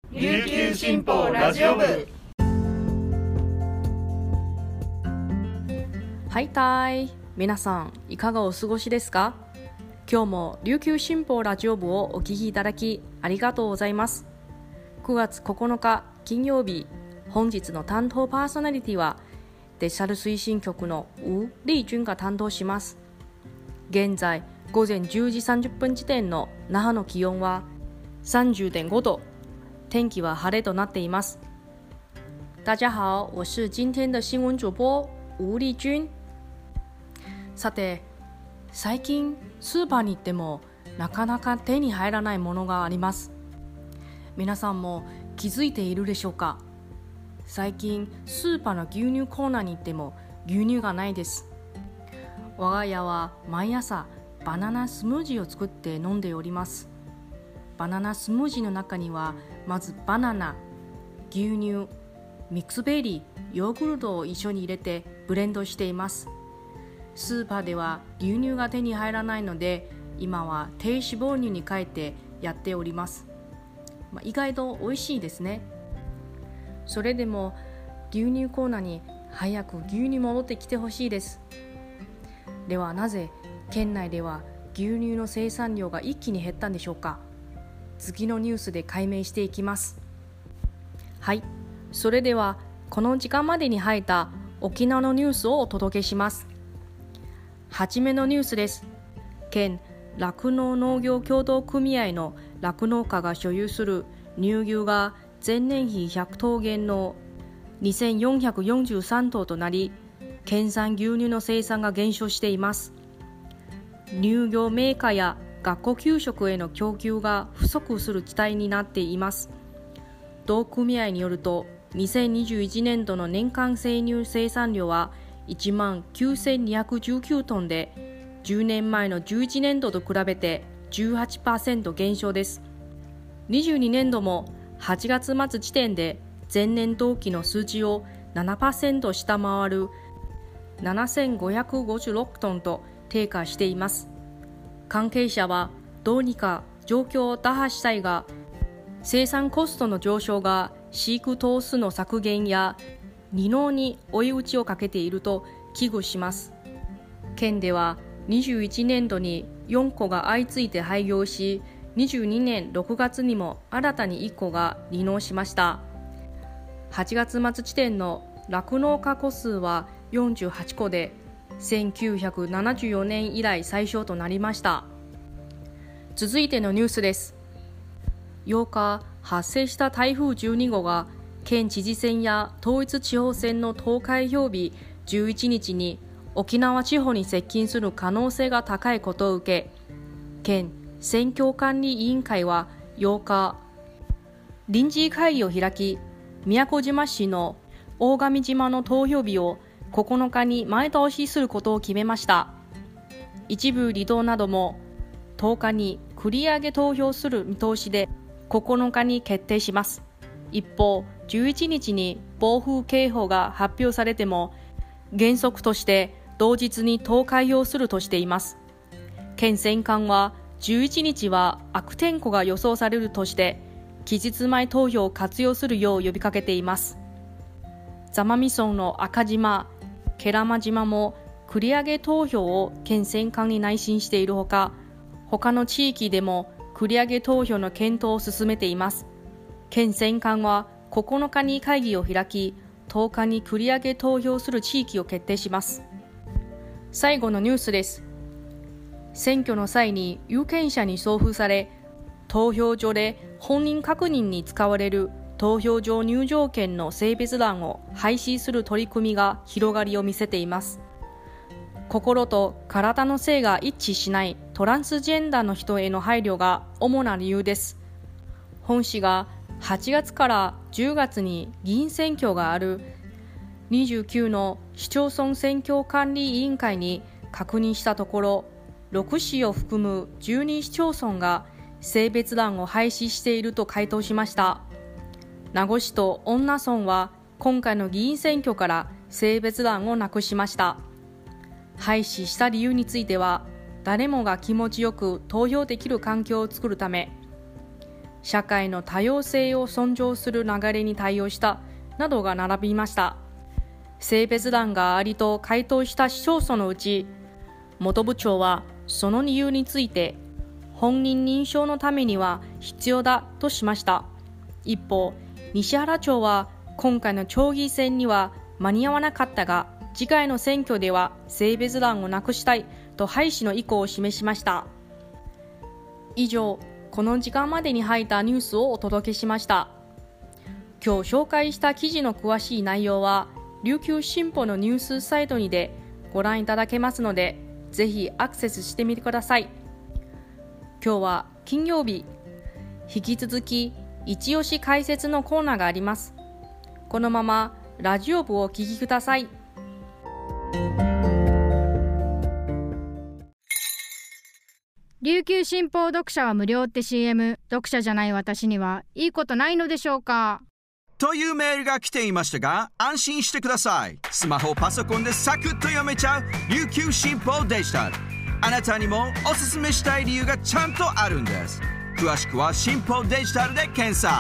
琉球新報ラジオ部。 はいたい、皆さんいかがお過ごしですか？今日も琉球新報ラジオ部をお聞きいただきありがとうございます。9月9日金曜日、本日の担当パーソナリティはデジタル推進局のウ・リージュンが担当します。現在午前10時30分時点の那覇の気温は 30.5 度、天気は晴れとなっています。大家好，我是今天的新聞主播吴麗君。さて、最近スーパーに行ってもなかなか手に入らないものがあります。皆さんも気づいているでしょうか？最近スーパーの牛乳コーナーに行っても牛乳がないです。我が家は毎朝バナナスムージーを作って飲んでおります。バナナスムージーの中にはまずバナナ、牛乳、ミックスベリー、ヨーグルトを一緒に入れてブレンドしています。スーパーでは牛乳が手に入らないので、今は低脂肪乳に変えてやっております。意外と美味しいですね。それでも牛乳コーナーに早く牛乳戻ってきてほしいです。ではなぜ県内では牛乳の生産量が一気に減ったんでしょうか？次のニュースで解明していきます。はい、それではこの時間までに入った沖縄のニュースをお届けします。はじめのニュースです。県酪農農業協同組合の酪農家が所有する乳牛が前年比100頭減の2443頭となり、県産牛乳の生産が減少しています。乳業メーカーや学校給食への供給が不足する事態になっています。同組合によると、2021年度の年間生乳生産量は1万9219トンで、10年前の11年度と比べて 18% 減少です。22年度も8月末時点で前年同期の数字を 7% 下回る7556トンと低下しています。関係者はどうにか状況を打破したいが、生産コストの上昇が飼育頭数の削減や離農に追い打ちをかけていると危惧します。県では21年度に4戸が相次いで廃業し、22年6月にも新たに1戸が離農しました。8月末時点の酪農家戸数は48戸で、1974年以来最小となりました。続いてのニュースです。8日、発生した台風12号が県知事選や統一地方選の投開票日11日に沖縄地方に接近する可能性が高いことを受け、県選挙管理委員会は8日、臨時会議を開き、宮古島市の大神島の投票日を9日に前倒しすることを決めました。一部離島なども10日に繰り上げ投票する見通しで9日に決定します。一方、11日に暴風警報が発表されても原則として同日に投開票するとしています。県選管は11日は悪天候が予想されるとして期日前投票を活用するよう呼びかけています。座間味村の赤島、慶良間島も繰り上げ投票を県選管に内申しているほか、他の地域でも繰り上げ投票の検討を進めています。県選管は9日に会議を開き、10日に繰り上げ投票する地域を決定します。最後のニュースです。選挙の際に有権者に送付され、投票所で本人確認に使われる投票所入場券の性別欄を廃止する取り組みが広がりを見せています。心と体の性が一致しないトランスジェンダーの人への配慮が主な理由です。本市が8月から10月に議員選挙がある29の市町村選挙管理委員会に確認したところ、6市を含む12市町村が性別欄を廃止していると回答しました。名護市と恩納村は今回の議員選挙から性別欄をなくしました。廃止した理由については、誰もが気持ちよく投票できる環境を作るため、 社会の多様性を尊重する流れに対応したなどが並びました。性別欄がありと回答した市町村のうち、元部長はその理由について本人認証のためには必要だとしました。一方、西原町は今回の町議選には間に合わなかったが、次回の選挙では性別欄をなくしたいと廃止の意向を示しました。以上、この時間までに入ったニュースをお届けしました。今日紹介した記事の詳しい内容は琉球新報のニュースサイトにてご覧いただけますので、ぜひアクセスしてみてください。今日は金曜日、引き続き一押し解説のコーナーがあります。このままラジオ部をお聞きください。 琉球新報読者は無料って CM、 読者じゃない私にはいいことないのでしょうかというメールが来ていましたが、安心してください。スマホパソコンでサクッと読めちゃう琉球新報デジタル。あなたにもおすすめしたい理由がちゃんとあるんです。詳しくは新報デジタルで検索。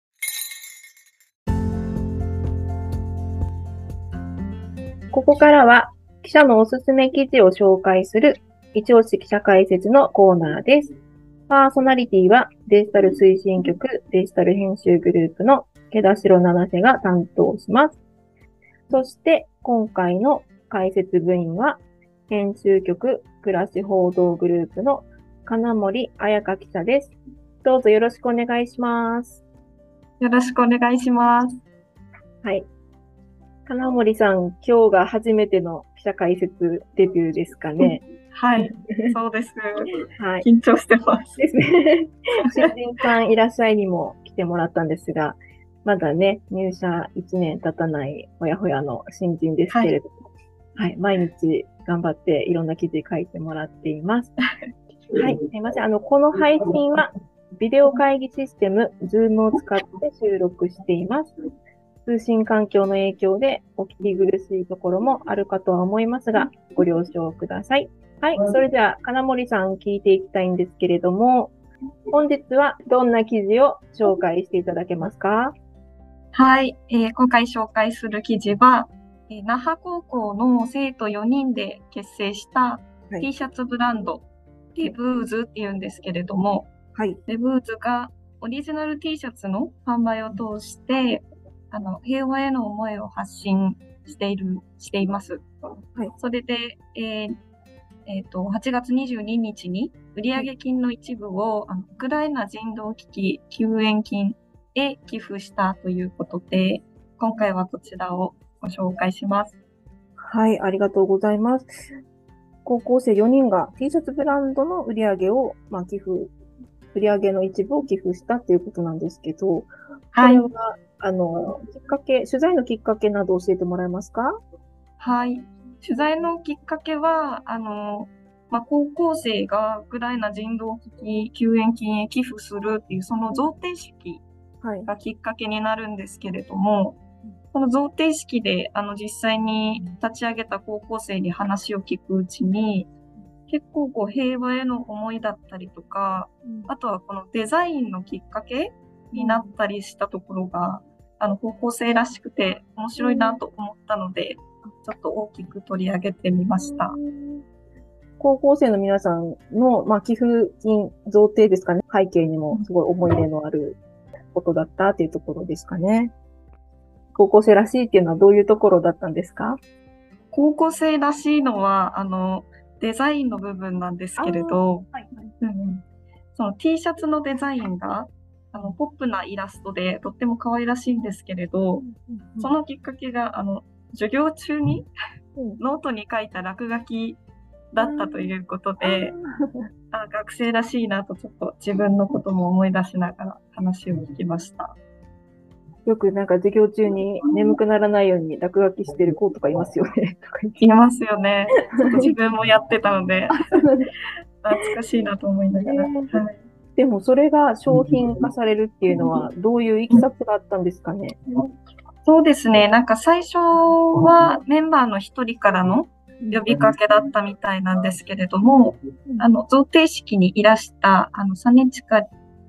ここからは記者のおすすめ記事を紹介する一押し記者解説のコーナーです。パーソナリティはデジタル推進局デジタル編集グループの毛田代七瀬が担当します。そして今回の解説部員は編集局暮らし報道グループの金森彩香記者です。どうぞよろしくお願いします。 よろしくお願いします。 はい。金森さん、今日が初めての記者解説デビューですかね。 はい、そうです。 はい。 緊張してます。 ですね。新人さんいらっしゃいにも来てもらったんですが、まだね、入社1年経たないほやほやの新人ですけれども、はい、毎日頑張っていろんな記事書いてもらっています。はい、すいません。この配信はビデオ会議システム Zoom を使って収録しています。通信環境の影響でお聞き苦しいところもあるかとは思いますが、ご了承ください。はい、それでは金森さん聞いていきたいんですけれども、本日はどんな記事を紹介していただけますか？ はい、今回紹介する記事は、那覇高校の生徒4人で結成した T シャツブランド、レブーズっていうんですけれども、 はい、 レブーズがオリジナル T シャツの販売を通して、平和への思いを発信しています。はい、それで、8月22日に売上金の一部をウクライナ人道危機救援金へ寄付したということで、今回はこちらをご紹介します。 はい、ありがとうございます。高校生4人が T シャツブランドの売上を、売上の一部を寄付したということなんですけど、はい、これはきっかけ、取材のきっかけなど教えてもらえますか？ はい。取材のきっかけは、高校生がウクライナ人道危機救援金へ寄付するっていうその贈呈式がきっかけになるんですけれども、この贈呈式で実際に立ち上げた高校生に話を聞くうちに、結構平和への思いだったりとか、あとはこのデザインのきっかけになったりしたところが、高校生らしくて面白いなと思ったので、ちょっと大きく取り上げてみました。 高校生の皆さんの、寄付金贈呈ですかね。背景にもすごい思い入れのあることだったっていうところですかね。高校生らしいっていうのはどういうところだったんですか？ 高校生らしいのは、デザインの部分なんですけれど、その T シャツのデザインが、ポップなイラストでとっても可愛らしいんですけれど、そのきっかけが、授業中にノートに書いた落書きだったということで、学生らしいなとちょっと自分のことも思い出しながら話を聞きました。 よく授業中に眠くならないように落書きしてる子とかいますよね。 いますよね。ちょっと自分もやってたので、懐かしいなと思いながら。はい、 でもそれが商品化されるっていうのはどういういきさつがあったんですかね？ そうですね。最初はメンバーの一人からの呼びかけだったみたいなんですけれども、贈呈式にいらした、実近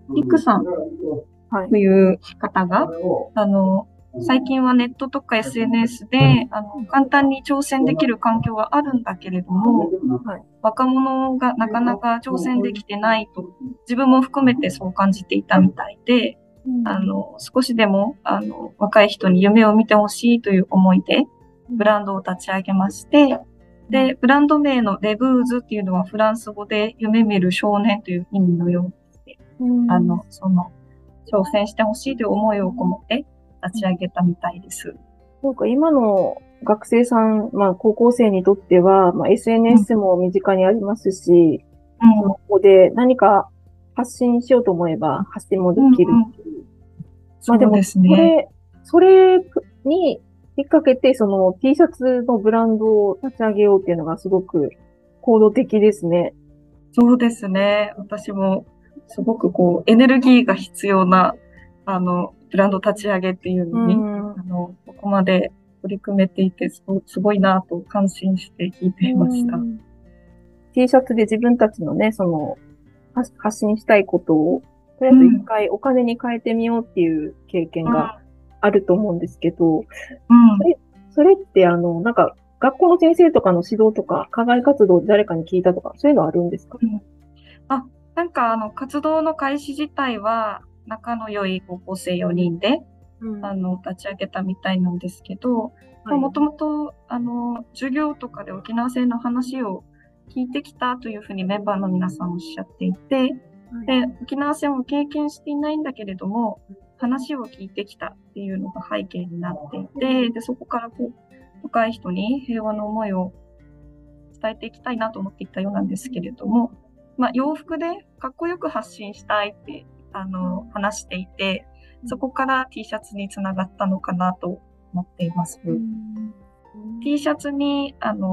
リクさんという方が、最近はネットとか SNS で簡単に挑戦できる環境はあるんだけれども、若者がなかなか挑戦できてないと、自分も含めてそう感じていたみたいで、少しでも若い人に夢を見てほしいという思いでブランドを立ち上げまして、でブランド名のレブーズっていうのはフランス語で夢見る少年という意味のようで、その挑戦してほしいという思いを込めて立ち上げたみたいです。 なんか今の学生さん、高校生にとっては、SNS も身近にありますし、ここで何か発信しようと思えば発信もできる。でもそれにきっかけて、その T シャツのブランドを立ち上げようっていうのがすごく行動的ですね。 そうですね。私もすごくエネルギーが必要な、ブランド立ち上げっていうのに、ここまで取り組めていて、すごいなと感心して聞いていました。 T シャツで自分たちのね、発信したいことを、とりあえず一回お金に変えてみようっていう経験があると思うんですけど、それって、なんか、学校の先生とかの指導とか、課外活動で誰かに聞いたとか、そういうのあるんですか？ なんか、活動の開始自体は、仲の良い高校生4人で、立ち上げたみたいなんですけど、もともと、授業とかで沖縄戦の話を聞いてきたというふうにメンバーの皆さんおっしゃっていて、で、沖縄戦を経験していないんだけれども、話を聞いてきたっていうのが背景になっていて、で、そこから若い人に平和の思いを伝えていきたいなと思っていたようなんですけれども、洋服でかっこよく発信したいって話していて、そこから T シャツにつながったのかなと思っています。T シャツに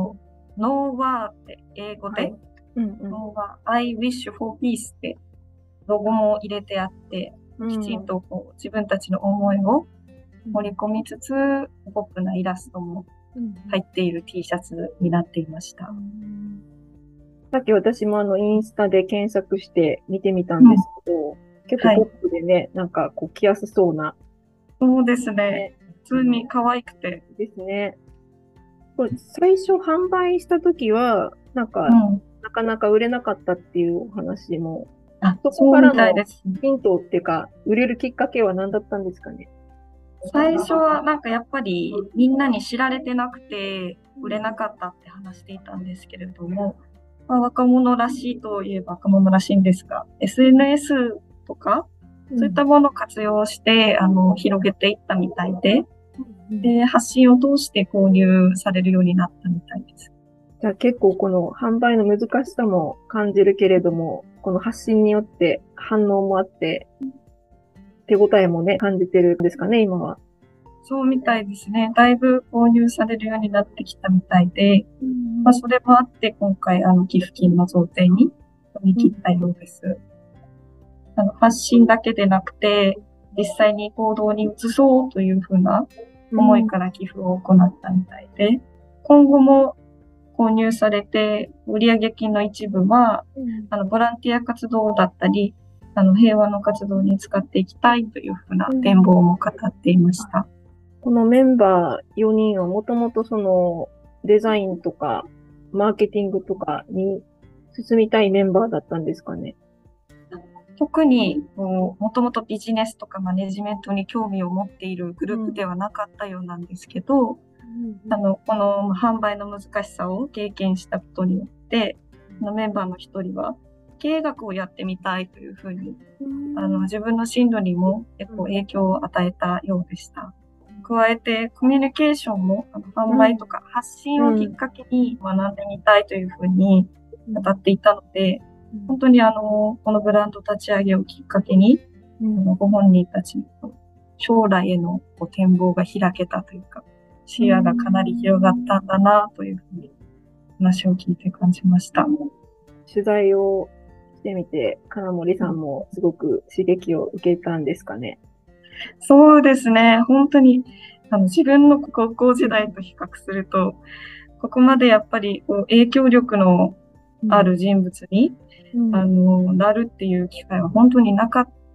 No War って英語で、No War I wish for peace ってロゴも入れてあって、きちんと自分たちの思いを盛り込みつつ、ポップなイラストも入っている T シャツになっていました。 さっき私もインスタで検索して見てみたんですけど、結構ポップでね、なんか着やすそうな。 そうですね。普通に可愛くて。 ですね。これ最初販売した時は、なかなか売れなかったっていうお話も、そこからのヒントっていうか、売れるきっかけは何だったんですかね？ 最初はやっぱりみんなに知られてなくて売れなかったって話していたんですけれども、若者らしいといえば若者らしいんですが、SNS とか、そういったものを活用して、広げていったみたいで、で、発信を通して購入されるようになったみたいです。 じゃあ結構この販売の難しさも感じるけれども、この発信によって反応もあって、手応えもね、感じてるんですかね、今は。 そうみたいですね。だいぶ購入されるようになってきたみたいで、それもあって今回寄付金の贈呈に踏み切ったようです。発信だけでなくて、実際に行動に移そうというふうな思いから寄付を行ったみたいで、今後も購入されて、売上金の一部は、ボランティア活動だったり、平和の活動に使っていきたいというふうな展望も語っていました。 このメンバー4人はもともとそのデザインとかマーケティングとかに進みたいメンバーだったんですかね？ 特にもともとビジネスとかマネジメントに興味を持っているグループではなかったようなんですけど、この販売の難しさを経験したことによって、メンバーの一人は経営学をやってみたいというふうに、自分の進路にも結構影響を与えたようでした。加えてコミュニケーションも販売とか発信をきっかけに学んでみたいというふうに語っていたので、本当にこのブランド立ち上げをきっかけに、ご本人たちの将来への展望が開けたというか、視野がかなり広がったんだなというふうに話を聞いて感じました。 取材をしてみて、金森さんもすごく刺激を受けたんですかね？ そうですね。本当に自分の高校時代と比較すると、ここまでやっぱり影響力のある人物に、なるっていう機会は本当になかっ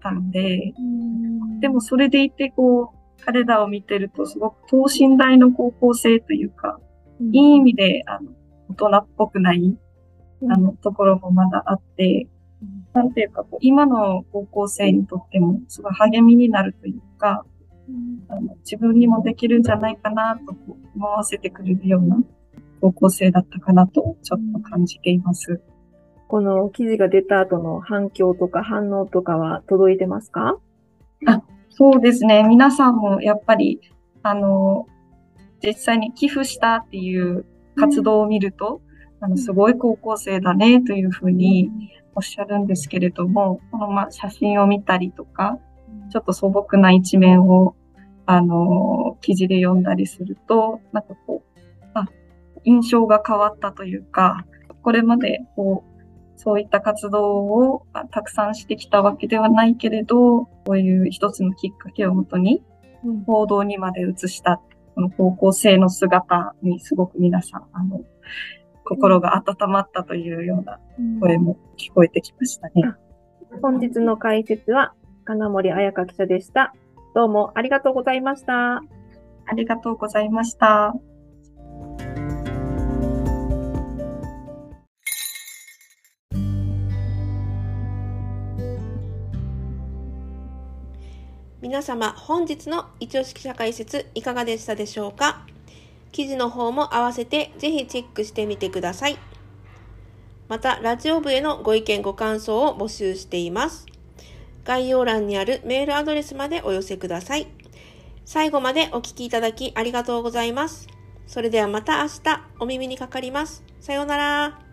ったので、でもそれでいて彼らを見てるとすごく等身大の高校生というか、いい意味で大人っぽくないところもまだあって、なんていうか今の高校生にとってもすごい励みになるというか、自分にもできるんじゃないかなと思わせてくれるような高校生だったかなとちょっと感じています。 この記事が出た後の反響とか反応とかは届いてますか？ そうですね。皆さんもやっぱり実際に寄付したっていう活動を見ると、すごい高校生だねというふうにおっしゃるんですけれども、この写真を見たりとか、ちょっと素朴な一面を記事で読んだりすると、なんか印象が変わったというか、これまでそういった活動をたくさんしてきたわけではないけれど、こういう一つのきっかけをもとに報道にまで移したこの高校生の姿にすごく皆さん心が温まったというような声も聞こえてきましたね。 本日の解説は金森彩香記者でした。どうもありがとうございました。 ありがとうございました。 皆様、本日の一押し記者解説いかがでしたでしょうか？記事の方も合わせてぜひチェックしてみてください。また、ラジオ部へのご意見ご感想を募集しています。概要欄にあるメールアドレスまでお寄せください。最後までお聞きいただきありがとうございます。それではまた明日お耳にかかります。さようなら。